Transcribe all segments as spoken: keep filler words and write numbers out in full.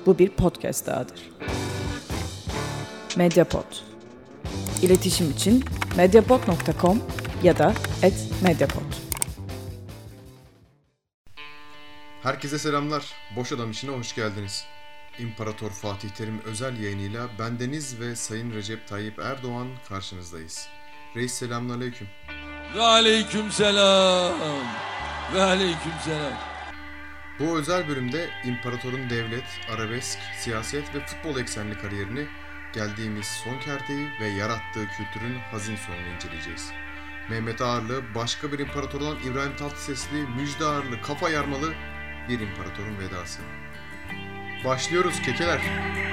bu bir podcast dahadır. Mediapod. İletişim için mediapod nokta com ya da et mediapod. Herkese selamlar. Boş Adam İşine hoş geldiniz. İmparator Fatih Terim özel yayınıyla bendeniz ve Sayın Recep Tayyip Erdoğan karşınızdayız. Reis selamünaleyküm. Ve aleykümselam. Ve aleykümselam. Bu özel bölümde imparatorun devlet, arabesk, siyaset ve futbol eksenli kariyerini, geldiğimiz son kerteyi ve yarattığı kültürün hazin sonunu inceleyeceğiz. Mehmet Ağarlı, başka bir imparator olan İbrahim Tatlısesli, Müjde Ağarlı, kafa yarmalı bir imparatorun vedası. Başlıyoruz kekeler.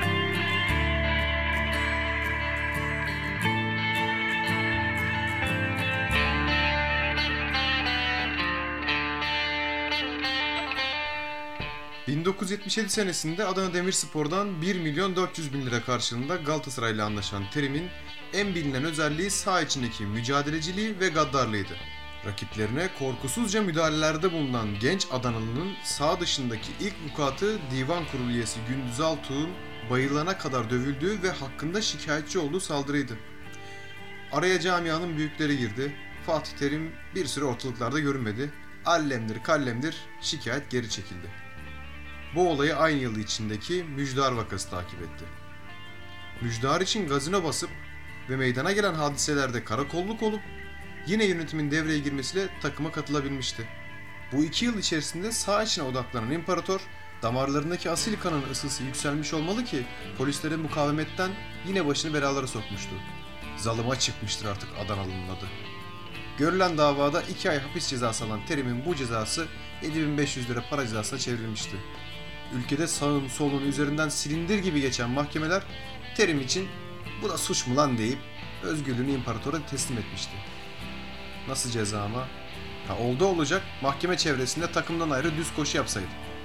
bin dokuz yüz yetmiş yedi senesinde Adana Demirspor'dan bir milyon dört yüz bin lira karşılığında Galatasaray'la anlaşan Terim'in en bilinen özelliği saha içindeki mücadeleciliği ve gaddarlığıydı. Rakiplerine korkusuzca müdahalelerde bulunan genç Adanalı'nın saha dışındaki ilk vukuatı Divan Kurulu üyesi Gündüz Altuğ'un bayılana kadar dövüldüğü ve hakkında şikayetçi olduğu saldırıydı. Araya camianın büyükleri girdi. Fatih Terim bir süre ortalıklarda görünmedi. Allemdir kallemdir şikayet geri çekildi. Bu olayı aynı yıl içindeki Müjdar vakası takip etti. Müjdar için gazino basıp ve meydana gelen hadiselerde karakolluk olup yine yönetimin devreye girmesiyle takıma katılabilmişti. Bu iki yıl içerisinde saha içine odaklanan imparator, damarlarındaki asil kanın ısısı yükselmiş olmalı ki polislerin mukavemetten yine başını belalara sokmuştu. Zalıma çıkmıştır artık Adanalı'nın adı. Görülen davada iki ay hapis cezası alan Terim'in bu cezası yedi bin beş yüz lira para cezasına çevrilmişti. Ülkede sağın solun üzerinden silindir gibi geçen mahkemeler Terim için bu da suç mu lan deyip özgürlüğünü imparatora teslim etmişti. Nasıl ceza ama? Ha, oldu olacak mahkeme çevresinde takımdan ayrı düz koşu yapsaydı.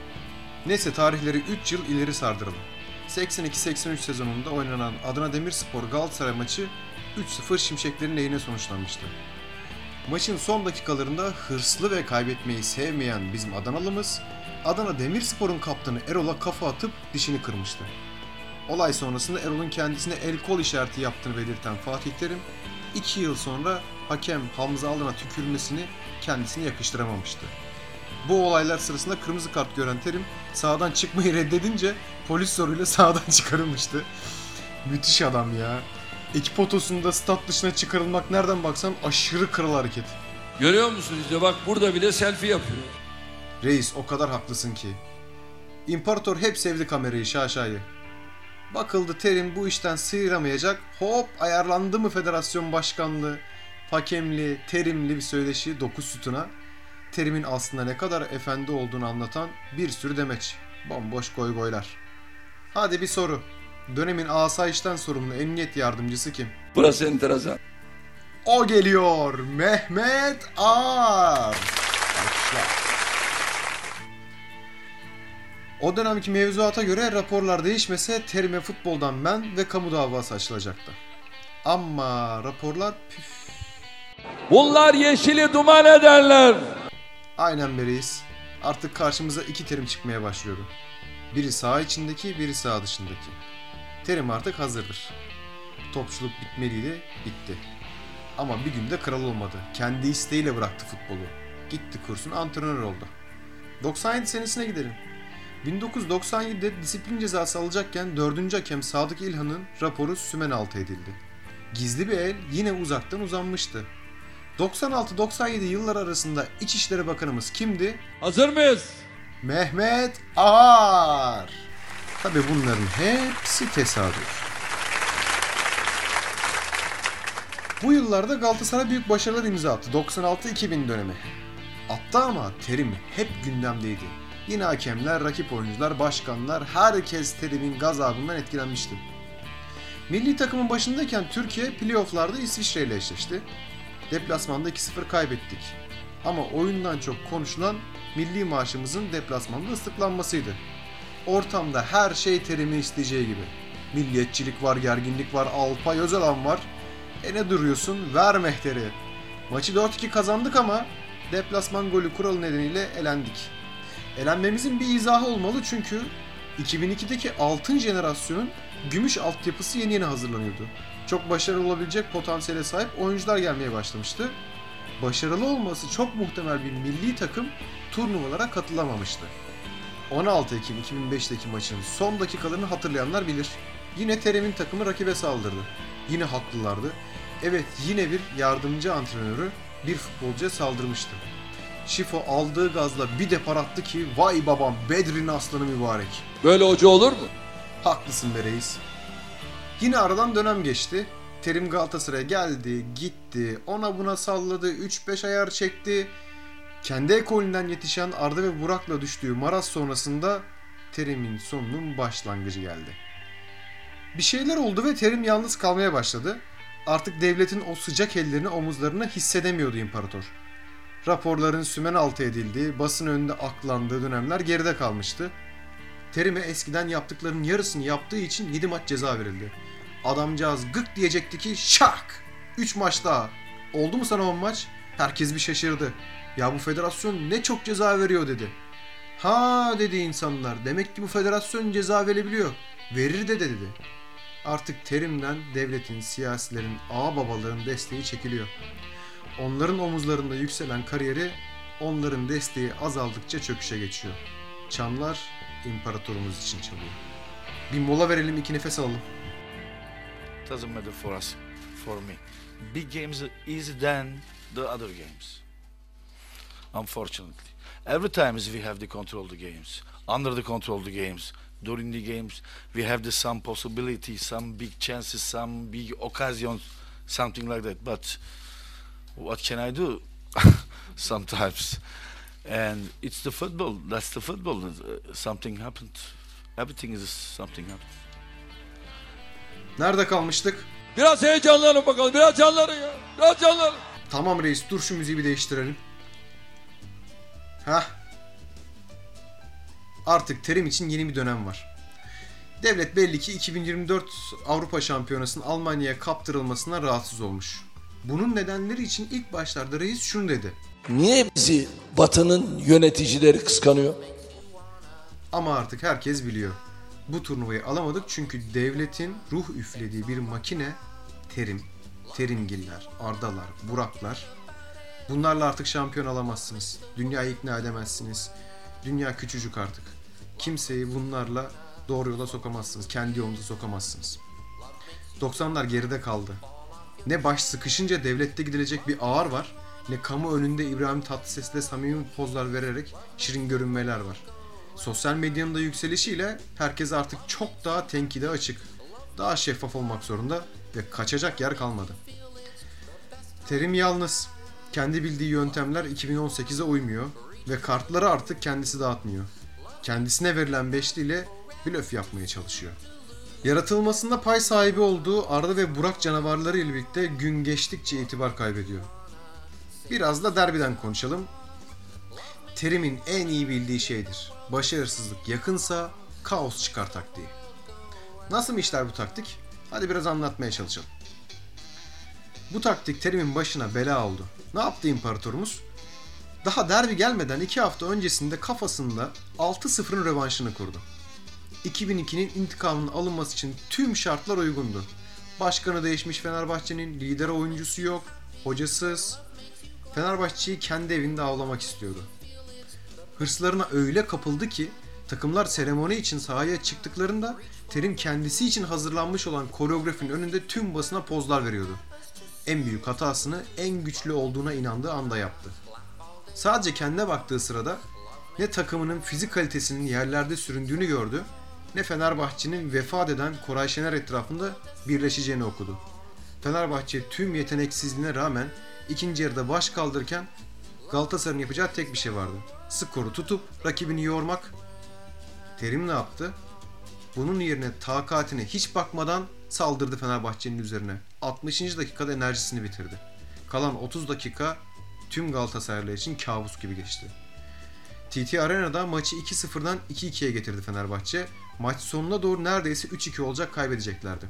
Neyse tarihleri üç yıl ileri sardıralım. seksen iki seksen üç sezonunda oynanan Adana Demirspor Galatasaray maçı üç sıfır Şimşeklerin lehine sonuçlanmıştı. Maçın son dakikalarında hırslı ve kaybetmeyi sevmeyen bizim Adanalımız, Adana Demirspor'un kaptanı Erol'a kafa atıp dişini kırmıştı. Olay sonrasında Erol'un kendisine el kol işareti yaptığını belirten Fatih Terim, iki yıl sonra hakem Hamza Alın'a tükürmesini kendisine yakıştıramamıştı. Bu olaylar sırasında kırmızı kart gören Terim, sahadan çıkmayı reddedince polis zoruyla sahadan çıkarılmıştı. Müthiş adam ya. Ekip otosunda stat dışına çıkarılmak nereden baksan aşırı kral hareket. Görüyor musun işte bak burada bile selfie yapıyor. Reis o kadar haklısın ki. İmparator hep sevdi kamerayı şaşayı. Bakıldı Terim bu işten sıyıramayacak. Hop ayarlandı mı federasyon başkanlığı? Hakemli, terimli bir söyleşi dokuz sütuna. Terim'in aslında ne kadar efendi olduğunu anlatan bir sürü demeç. Bomboş goy goylar. Hadi bir soru. Dönemin asayişten sorumlu emniyet yardımcısı kim? Burası enteresan. O geliyor. Mehmet Ağar. O dönemki mevzuata göre raporlar değişmese Terim'e futboldan men ve kamu davası açılacaktı. Ama raporlar püf. Bunlar yeşili duman ederler. Aynen be reis. Artık karşımıza iki Terim çıkmaya başlıyordu. Biri saha içindeki, biri saha dışındaki. Terim artık hazırdır. Topçuluk bitmeliydi, bitti. Ama bir günde kral olmadı. Kendi isteğiyle bıraktı futbolu. Gitti kursun antrenör oldu. doksan yedi senesine gidelim. bin dokuz yüz doksan yedide disiplin cezası alacakken dördüncü hakem Sadık İlhan'ın raporu sümen altı edildi. Gizli bir el yine uzaktan uzanmıştı. doksan altı doksan yedi yıllar arasında İçişleri Bakanımız kimdi? Hazır mıyız? Mehmet Ağar. Tabii bunların hepsi tesadüf. Bu yıllarda Galatasaray büyük başarılar imza attı. doksan altı iki bin dönemi. Attı ama Terim hep gündemdeydi. Yine hakemler, rakip oyuncular, başkanlar herkes Terim'in gazabından etkilenmişti. Milli takımın başındayken Türkiye playoff'larda İsviçre ile eşleşti. Deplasmanda iki sıfır kaybettik. Ama oyundan çok konuşulan milli maaşımızın deplasmanda ıslıklanmasıydı. Ortamda her şey Terim'i isteyeceği gibi. Milliyetçilik var, gerginlik var, Alpay Özalan var. E ne duruyorsun? Ver mehteri. Maçı dört iki kazandık ama deplasman golü kuralı nedeniyle elendik. Elenmemizin bir izahı olmalı çünkü iki bin ikideki altın jenerasyonun gümüş altyapısı yeni yeni hazırlanıyordu. Çok başarılı olabilecek potansiyele sahip oyuncular gelmeye başlamıştı. Başarılı olması çok muhtemel bir milli takım turnuvalara katılamamıştı. on altı Ekim iki bin beşteki maçın son dakikalarını hatırlayanlar bilir. Yine Terim'in takımı rakibe saldırdı. Yine haklılardı. Evet, yine bir yardımcı antrenörü bir futbolcuya saldırmıştı. Şifo aldığı gazla bir depar attı ki vay babam Bedri'nin aslanı mübarek. Böyle hoca olur mu? Haklısın be reis. Yine aradan dönem geçti. Terim Galatasaray'a geldi, gitti, ona buna salladı, üç beş ayar çekti. Kendi ekolünden yetişen Arda ve Burak'la düştüğü maraz sonrasında Terim'in sonunun başlangıcı geldi. Bir şeyler oldu ve Terim yalnız kalmaya başladı. Artık devletin o sıcak ellerini omuzlarına hissedemiyordu imparator. Raporların sümen altı edildiği, basın önünde aklandığı dönemler geride kalmıştı. Terim'e eskiden yaptıklarının yarısını yaptığı için yedi maç ceza verildi. Adamcağız gık diyecekti ki şak! üç maç daha. Oldu mu sana on maç? Herkes bir şaşırdı. Ya bu federasyon ne çok ceza veriyor dedi. Ha dedi insanlar, demek ki bu federasyon ceza verebiliyor. Verir de dedi. Artık Terim'den devletin, siyasilerin, ağ babaların desteği çekiliyor. Onların omuzlarında yükselen kariyeri onların desteği azaldıkça çöküşe geçiyor. Çanlar imparatorumuz için çalıyor. Bir mola verelim, iki nefes alalım. Doesn't matter for us, for me. Big games are easier than the other games. Unfortunately, every time we have the control the games, under the control the games, during the games, we have the some possibility, some big chances, some big occasions, something like that. But what can I do? Sometimes, and it's the football. That's the football. Uh, something happened. Everything is something happened. Nerede kalmıştık? Biraz heyecanlanın bakalım. Biraz canlanın ya. Biraz canlanın. Tamam reis, dur şu müziği bir değiştirelim. Hah. Artık Terim için yeni bir dönem var. Devlet belli ki iki bin yirmi dört Avrupa Şampiyonası'nın Almanya'ya kaptırılmasına rahatsız olmuş. Bunun nedenleri için ilk başlarda reis şunu dedi. Niye bizi Batı'nın yöneticileri kıskanıyor? Ama artık herkes biliyor. Bu turnuvayı alamadık çünkü devletin ruh üflediği bir makine Terim, Terimgiller, Ardalar, Buraklar. Bunlarla artık şampiyon alamazsınız. Dünyayı ikna edemezsiniz. Dünya küçücük artık. Kimseyi bunlarla doğru yola sokamazsınız. Kendi yolunuza sokamazsınız. doksanlar geride kaldı. Ne baş sıkışınca devlette gidilecek bir ağır var, ne kamu önünde İbrahim Tatlıses'le samimi pozlar vererek şirin görünmeler var. Sosyal medyanın da yükselişiyle herkes artık çok daha tenkide açık. Daha şeffaf olmak zorunda ve kaçacak yer kalmadı. Terim yalnız. Kendi bildiği yöntemler iki bin on sekize uymuyor ve kartları artık kendisi dağıtmıyor. Kendisine verilen beşliyle blöf yapmaya çalışıyor. Yaratılmasında pay sahibi olduğu Arda ve Burak canavarları ile birlikte gün geçtikçe itibar kaybediyor. Biraz da derbiden konuşalım. Terim'in en iyi bildiği şeydir. Başarısızlık yakınsa kaos çıkar taktiği. Nasıl mı işler bu taktik? Hadi biraz anlatmaya çalışalım. Bu taktik Terim'in başına bela oldu. Ne yaptı imparatorumuz? Daha derbi gelmeden iki hafta öncesinde kafasında altı sıfırın rövanşını kurdu. iki bin ikinin intikamının alınması için tüm şartlar uygundu. Başkanı değişmiş Fenerbahçe'nin, lider oyuncusu yok, hocasız. Fenerbahçe'yi kendi evinde avlamak istiyordu. Hırslarına öyle kapıldı ki takımlar seremoni için sahaya çıktıklarında Terim kendisi için hazırlanmış olan koreografinin önünde tüm basına pozlar veriyordu. En büyük hatasını en güçlü olduğuna inandığı anda yaptı. Sadece kendine baktığı sırada ne takımının fizik kalitesinin yerlerde süründüğünü gördü, ne Fenerbahçe'nin vefat eden Koray Şener etrafında birleşeceğini okudu. Fenerbahçe tüm yeteneksizliğine rağmen ikinci yarıda baş kaldırırken Galatasaray'ın yapacağı tek bir şey vardı. Skoru tutup rakibini yormak. Terim ne yaptı? Bunun yerine takatine hiç bakmadan saldırdı Fenerbahçe'nin üzerine. altmışıncı dakikada enerjisini bitirdi. Kalan otuz dakika tüm Galatasaraylılar için kabus gibi geçti. T T Arena'da maçı iki sıfırdan iki ikiye getirdi Fenerbahçe. Maç sonuna doğru neredeyse üç iki olacak, kaybedeceklerdi.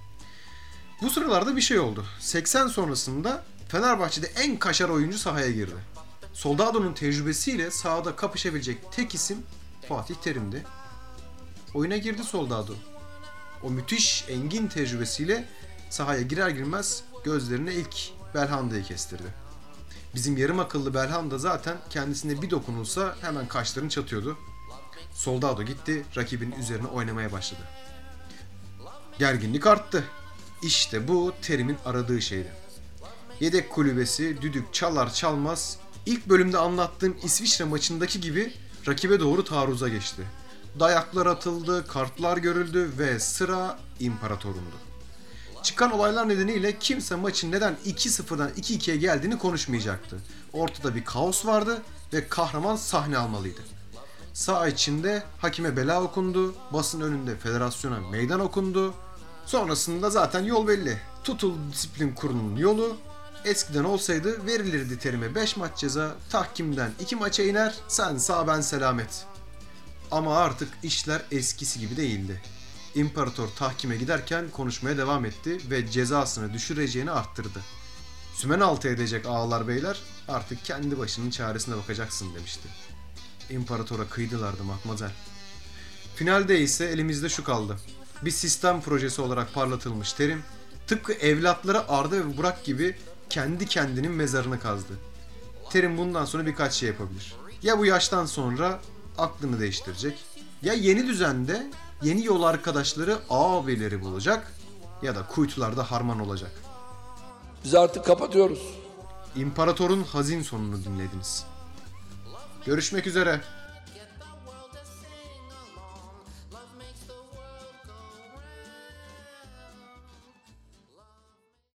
Bu sıralarda bir şey oldu. seksen sonrasında Fenerbahçe'de en kaşar oyuncu sahaya girdi. Soldado'nun tecrübesiyle sahada kapışabilecek tek isim Fatih Terim'di. oyuna girdi Soldado. O müthiş engin tecrübesiyle sahaya girer girmez gözlerine ilk Belhanda'yı kestirdi. Bizim yarım akıllı Belhanda zaten kendisine bir dokunulsa hemen kaşlarını çatıyordu. Soldado gitti, rakibinin üzerine oynamaya başladı. Gerginlik arttı. İşte bu Terim'in aradığı şeydi. Yedek kulübesi düdük çalar çalmaz ilk bölümde anlattığım İsviçre maçındaki gibi rakibe doğru taarruza geçti. Dayaklar atıldı, kartlar görüldü ve sıra İmparator'undu. Çıkan olaylar nedeniyle kimse maçın neden iki sıfırdan iki ikiye geldiğini konuşmayacaktı. Ortada bir kaos vardı ve kahraman sahne almalıydı. Saha içinde hakime bela okundu, basın önünde federasyona meydan okundu. Sonrasında zaten yol belli. Tutul Disiplin Kurulu'nun yolu eskiden olsaydı verilirdi Terim'e beş maç ceza, tahkimden iki maça iner, sen sağ ben selamet. Ama artık işler eskisi gibi değildi. İmparator tahkime giderken konuşmaya devam etti ve cezasını düşüreceğini arttırdı. Sümen altı edecek ağalar beyler, artık kendi başının çaresine bakacaksın demişti. İmparatora kıydılardı matmazel. Finalde ise elimizde şu kaldı. Bir sistem projesi olarak parlatılmış Terim, tıpkı evlatları Arda ve Burak gibi kendi kendinin mezarını kazdı. Terim bundan sonra birkaç şey yapabilir. Ya bu yaştan sonra aklını değiştirecek, ya yeni düzende yeni yol arkadaşları ağabeleri bulacak ya da kuytularda harman olacak. Biz artık kapatıyoruz. İmparatorun hazin sonunu dinlediniz. Görüşmek üzere.